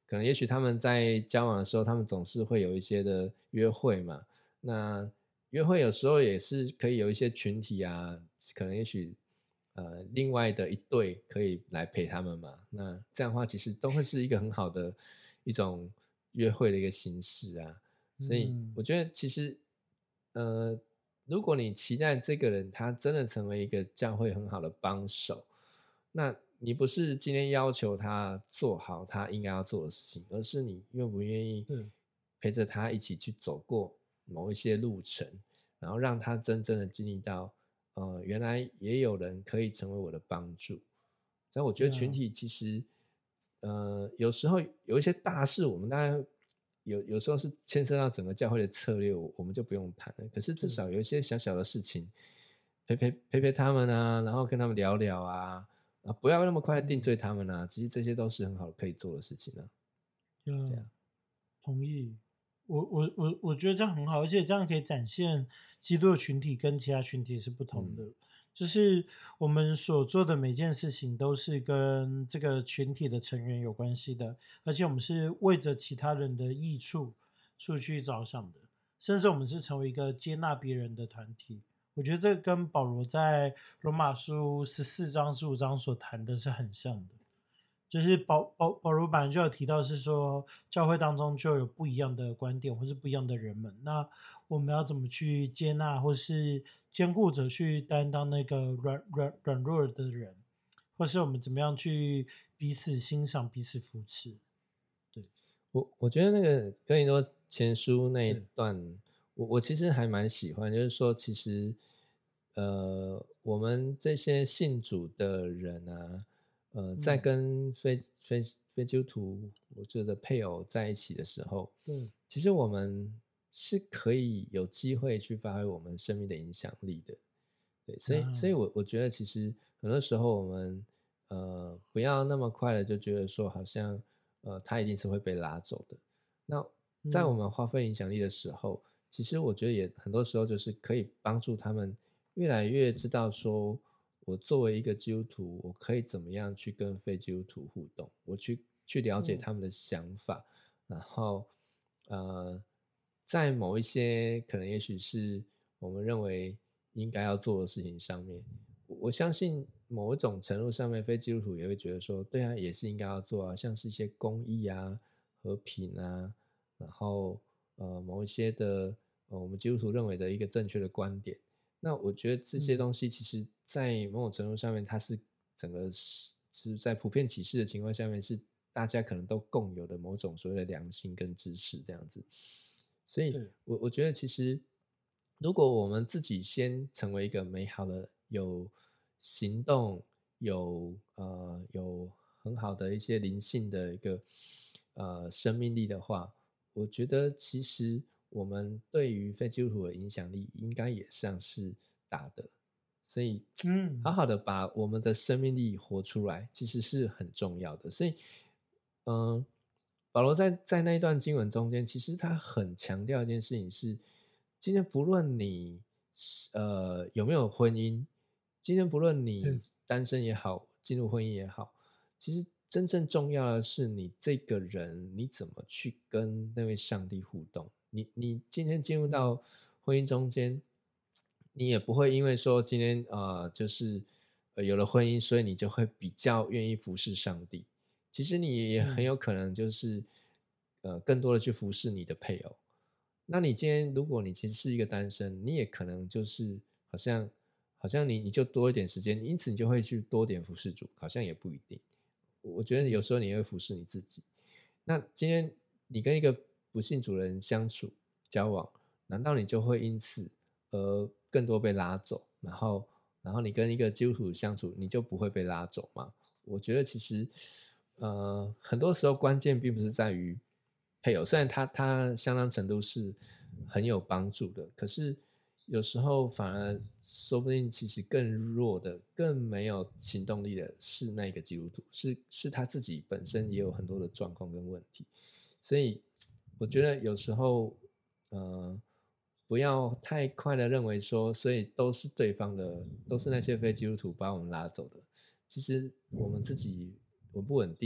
可能也许他们在交往的时候，他们总是会有一些的约会嘛。那约会有时候也是可以有一些群体啊，可能也许呃另外的一对可以来陪他们嘛。那这样的话，其实都会是一个很好的一种约会的一个形式啊。所以嗯我觉得其实呃，如果你期待这个人他真的成为一个教会很好的帮手，那你不是今天要求他做好他应该要做的事情，而是你愿不愿意是陪着他一起去走过某一些路程，然后让他真正的经历到，呃，原来也有人可以成为我的帮助。但我觉得群对啊， 体其实，呃，有时候有一些大事，我们当然有有时候是牵涉到整个教会的策略，我我们就不用谈了。可是至是少有一些小小的事情，陪陪陪陪他们啊，然后跟他们聊聊啊，啊，不要那么快定嗯罪他们啊。其实这些都是很好可以做的事情啊。对嗯， 啊， 同意。我我我我觉得这样很好，而且这样可以展现基督的群体跟其他群体是不同的。 嗯就是我们所做的每件事情都是跟这个群体的成员有关系的，而且我们是为着其他人的益处出去着想的，甚至我们是成为一个接纳别人的团体。我觉得这跟保罗在罗马书十四章、十五章所谈的是很像的。就是保保保罗本来就有提到，是说教会当中就有不一样的观点或是不一样的人们，那我们要怎么去接纳或是兼顾着去担当那个软软软弱的人，或是我们怎么样去彼此欣赏、彼此扶持？对我我觉得那个哥林多前书那一对， 段，我我其实还蛮喜欢，就是说，其实呃，我们这些信主的人啊，呃，在嗯， 跟非非非基督徒我觉得配偶在一起的时候， 对， 其实我们是可以有机会去发挥我们生命的影响力的。对，所以所以啊， 我我觉得其实很多时候我们呃不要那么快的就觉得说好像呃他一定是会被拉走的。那在我嗯们发挥影响力的时候，其实我觉得也很多时候就是可以帮助他们越来越知道说，我作为一个基督徒，我可以怎么样去跟非基督徒互动，我去去了解嗯他们的想法，然后呃，在某一些可能也许是我们认为应该要做的事情上面，我我相信某一种程度上面，非基督徒也会觉得说，对啊，也是应该要做啊，像是一些公益啊、和平啊，然后呃某一些的呃我们基督徒认为的一个正确的观点。那我觉得这些嗯东西其实在某种程度上面，它是整个是是在普遍启示的情况下面，是大家可能都共有的某种所谓的良心跟知识这样子。所以对， 我我觉得其实如果我们自己先成为一个美好的有行动有呃有很好的一些灵性的一个呃生命力的话，我觉得其实我们对于非基督徒的影响力应该也像是大的。所以好嗯好的把我们的生命力活出来，其实是很重要的。所以，嗯、保罗在在那一段经文中间，其实他很强调一件事情是：今天不论你呃有没有婚姻，今天不论你对， 单身也好，进入婚姻也好，其实真正重要的是你这个人你怎么去跟那位上帝互动。你你今天进入嗯到婚姻中间，你也不会因为说今天呃就是呃有了婚姻，所以你就会比较愿意服侍上帝。其实你也很嗯有可能就是呃更多的去服侍你的配偶。那你今天如果你其实是一个单身，你也可能就是好像好像你你就多一点时间，因此你就会去多点服侍主，好像也不一定。我觉得有嗯时候你会服侍你自己。那今天你跟一个不信主的人相处交往，难道你就会因此而更多被拉走？然后然后你跟一个基督徒相处，你就不会被拉走吗？我觉得其实呃很多时候关键并不是在于配偶，虽然他他相当程度是很有帮助的，可是有时候反而说不定其实更弱的、更没有行动力的是那个基督徒，是是他自己本身也有很多的状况跟问题，所以我觉得有时候呃不要太快的认为说，所以都是对方的，都是那些非基督徒把我们拉走的。其实我们自己稳不稳定，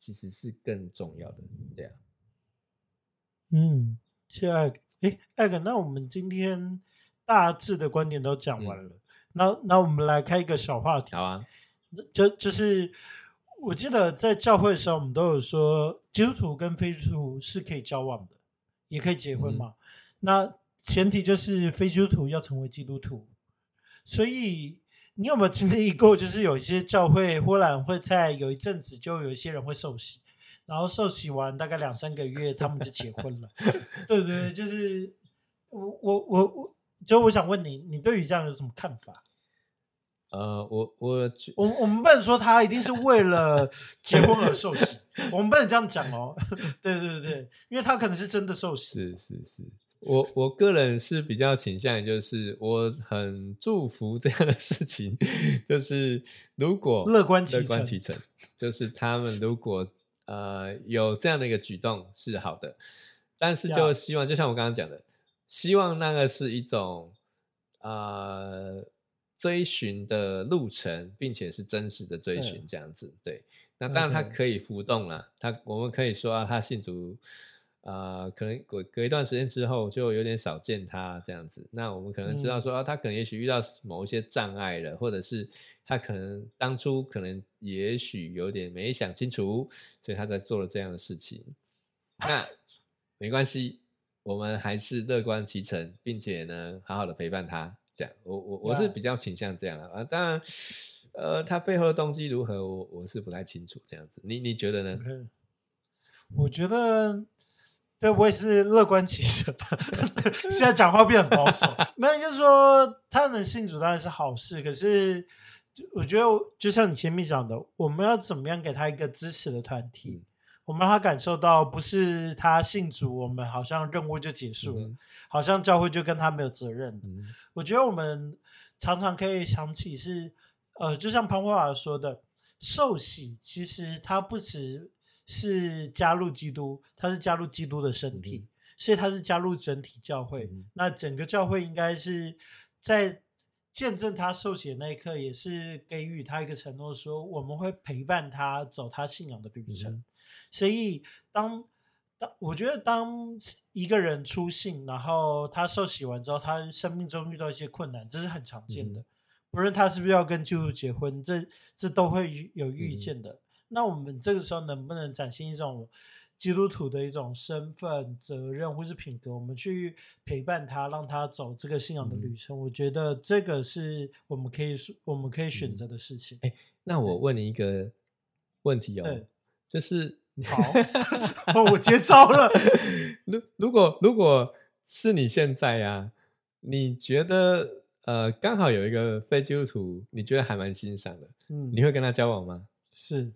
其实是更重要的，对啊。 嗯，谢谢艾格。诶，艾格，那我们今天大致的观点都讲完了， 嗯、 那那我们来开一个小话题。 好啊， 就就是我记得在教会的时候，我们都有说，基督徒跟非基督徒是可以交往的，也可以结婚嘛。嗯、那前提就是非基督徒要成为基督徒。所以你有没有经历过，就是有一些教会忽然会在有一阵子就有一些人会受洗，然后受洗完大概两三个月，他们就结婚了。对对对，就是我我我我，就我想问你，你对于这样有什么看法？ 呃，我我我我们不能说他一定是为了结婚而受洗，我们不能这样讲哦。对对对，因为他可能是真的受洗。 是是是，我我个人是比较倾向，就是我很祝福这样的事情，就是如果乐观其成， 乐观其成，就是他们如果呃有这样的一个举动是好的，但是就希望，就像我刚刚讲的，希望那个是一种呃。追寻的路程，并且是真实的追寻，这样子。对，那当然他可以浮动啦，他我们可以说啊，他信主，呃，可能隔隔一段时间之后就有点少见他这样子。那我们可能知道说，嗯、啊，他可能也许遇到某一些障碍了，或者是他可能当初可能也许有点没想清楚，所以他才做了这样的事情。那没关系，我们还是乐观其成，并且呢，好好的陪伴他。这样，我我我是比较倾向这样的啊，当然，呃，他背后的动机如何，我我是不太清楚这样子。你你觉得呢？ okay. 我觉得，对我也是乐观其成。现在讲话变很保守，没有，就是说他能信主当然是好事，可是我觉得就像你前面讲的，我们要怎么样给他一个支持的团体？嗯，我们让他感受到不是他信主，我们好像任务就结束了，嗯、好像教会就跟他没有责任了。嗯、我觉得我们常常可以想起是，呃，就像潘慧华说的，受洗其实它不只是加入基督，它是加入基督的身体，嗯、所以它是加入整体教会。嗯、那整个教会应该是在见证他受洗的那一刻，也是给予他一个承诺，说我们会陪伴他走他信仰的旅程。嗯、所以当当我觉得当一个人出信，然后他受洗完之后，他生命中遇到一些困难，这是很常见的。嗯、不论他是不是要跟基督结婚，这这都会有遇见的。嗯、那我们这个时候能不能展现一种基督徒的一种身份、责任或是品格，我们去陪伴他，让他走这个信仰的旅程？嗯、我觉得这个是我们可以我们可以选择的事情。 哎、嗯，那我问你一个问题哦，就是好，我接招了。 如如果如果是你现在啊，你觉得呃刚好有一个非基督徒，你觉得还蛮欣赏的，嗯，你会跟他交往吗？ 是，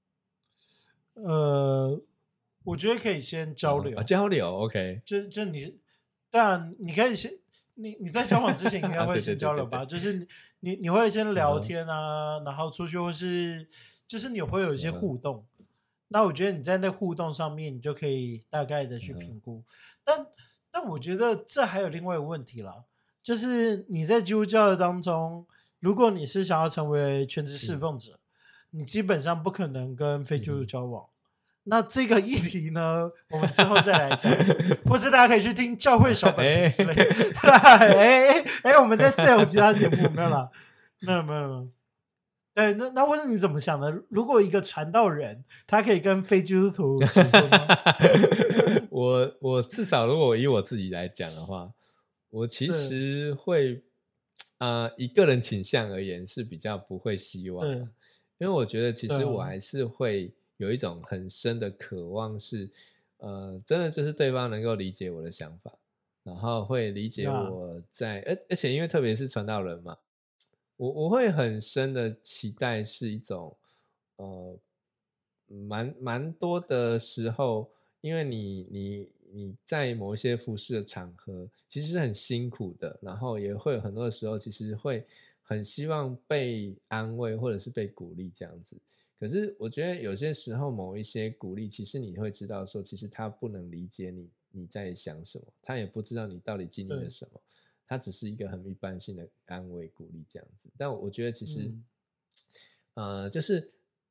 呃，我觉得可以先交流， 哦、交流 ，OK， 就就你，当然你可以先，你你在交往之前应该会先交流吧，啊、对对对对对，就是你你会先聊天啊，嗯、然后出去或是就是你会有一些互动。嗯，那我觉得你在那互动上面，你就可以大概的去评估。嗯、但但我觉得这还有另外一个问题啦，就是你在基督教当中，如果你是想要成为全职侍奉者，嗯、你基本上不可能跟非基督交往。嗯、那这个议题呢，我们之后再来讲，或是大家可以去听教会小本本之类的。哎哎哎，我们在 sell 其他节目没有啦？没有没有没有。对，那那问你怎么想的？如果一个传道人，他可以跟非基督徒结婚吗？ 我我至少如果以我自己来讲的话，我其实会，呃，以个人倾向而言是比较不会希望的，因为我觉得其实我还是会有一种很深的渴望是，呃，真的就是对方能够理解我的想法，然后会理解我在，而而且因为特别是传道人嘛。我我会很深的期待是一种，呃，蛮蛮多的时候，因为你你你在某一些服事的场合，其实是很辛苦的，然后也会有很多的时候，其实会很希望被安慰或者是被鼓励这样子。可是我觉得有些时候某一些鼓励，其实你会知道说，其实他不能理解你你在想什么，他也不知道你到底经历了什么。它只是一个很一般性的安慰鼓励这样子，但我觉得其实，嗯、呃，就是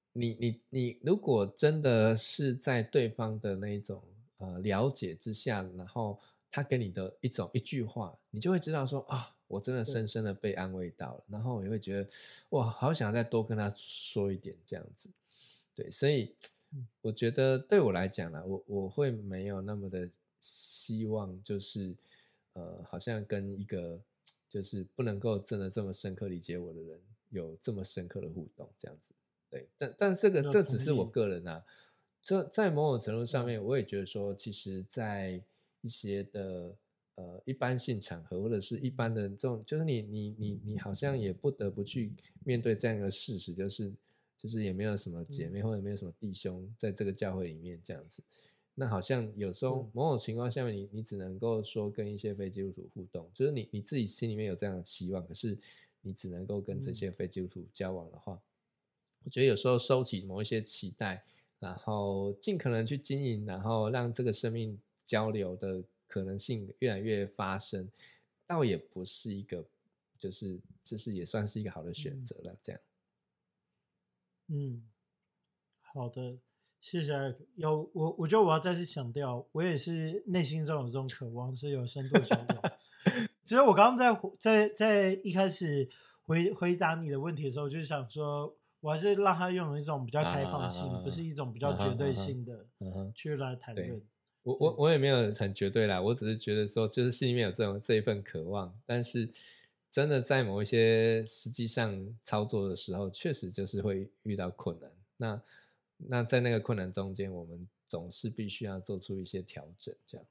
你你你如果真的是在对方的那一种呃了解之下，然后他给你的一种一句话，你就会知道说啊，我真的对， 深深的被安慰到了，然后也会觉得哇，好想再多跟他说一点这样子。对，所以嗯我觉得对我来讲啦，我我会没有那么的希望，就是呃，好像跟一个就是不能够真的这么深刻理解我的人有这么深刻的互动，这样子。对，但但这个要这只是我同意， 个人啊，这在某种程度上嗯面，我也觉得说，其实，在一些的呃一般性场合，或者是一般的这种，就是你你你你好像也不得不去面对这样一个事实，就是就是也没有什么姐嗯， 妹或者没有什么弟兄在这个教会里面这样子。那好像有时候对， 某种情况下面你，你只能够说跟一些非基督徒互动，就是你你自己心里面有这样的期望，可是你只能够跟这嗯些非基督徒交往的话，我觉得有时候收起某一些期待，然后尽可能去经营，然后让这个生命交流的可能性越来越发生，倒也不是一个，就是就是也算是一个好的选嗯择了。这样， 嗯。好的，谢谢 Eric。有我，我觉得我要再次强调，我也是内心中有这种渴望，是有深度交流。只是我刚刚在在在一开始回回答你的问题的时候，就是想说，我还是让他用一种比较啊开放性，不是一种比较啊哈绝对啊哈性的嗯哼， 去来谈对。 论。 我我对， 我也没有很绝对啦，我只是觉得说，就是心里面有这种这一份渴望，但是真的在某一些实际上操作的时候，确实就是会遇到困难。那那在那个困难中间，我们总是必须要做出一些调整，这样。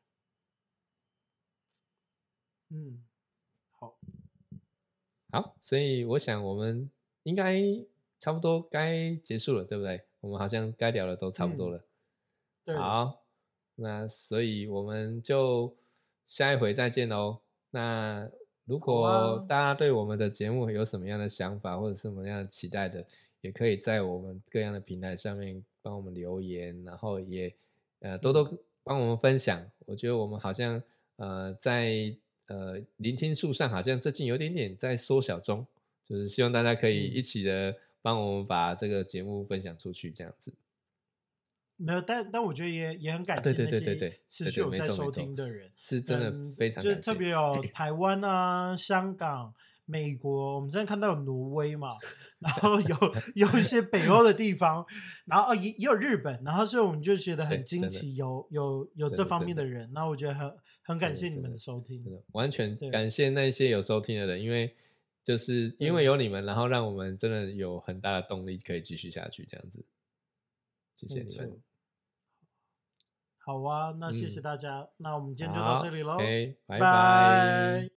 嗯，好， 好，所以我想我们应该差不多该结束了，对不对？我们好像该聊的都差不多嗯， 了。 对的， 好，那所以我们就下一回再见喽。那如好啊， 果大家对我们的节目有什么样的想法或者是什么样的期待的，也可以在我们各样的平台上面帮我们留言，然后也呃多嗯多帮我们分享。我觉得我们好像呃在呃聆听数上好像最近有点点在缩小中，就是希望大家可以一嗯。 起的帮我们把这个节目分享出去，这样子。 没有，但但我觉得也也很啊， 感对对谢那些对对对对对， 持续有在收没错没错， 听的人， 是真的嗯， 非常就是感谢。 特别有台湾啊、香港、美国，我们真的看到有挪威嘛，然后有有一些北欧的地方，然后哦也也有日本，然后所以我们就觉得很对，真的惊奇，有有有真这方的真的面的人，那我觉得很很感真的真的谢你们的收听， 真的，完全对感谢那些有收听的人，因为就是因为对， 有你们，然后让我们真的有很大的动力可以继续下去，这样子。谢谢没错， 你们。 好啊，那谢谢嗯， 大家，那我们今天就到这好里喽， ，OK，拜拜。 拜。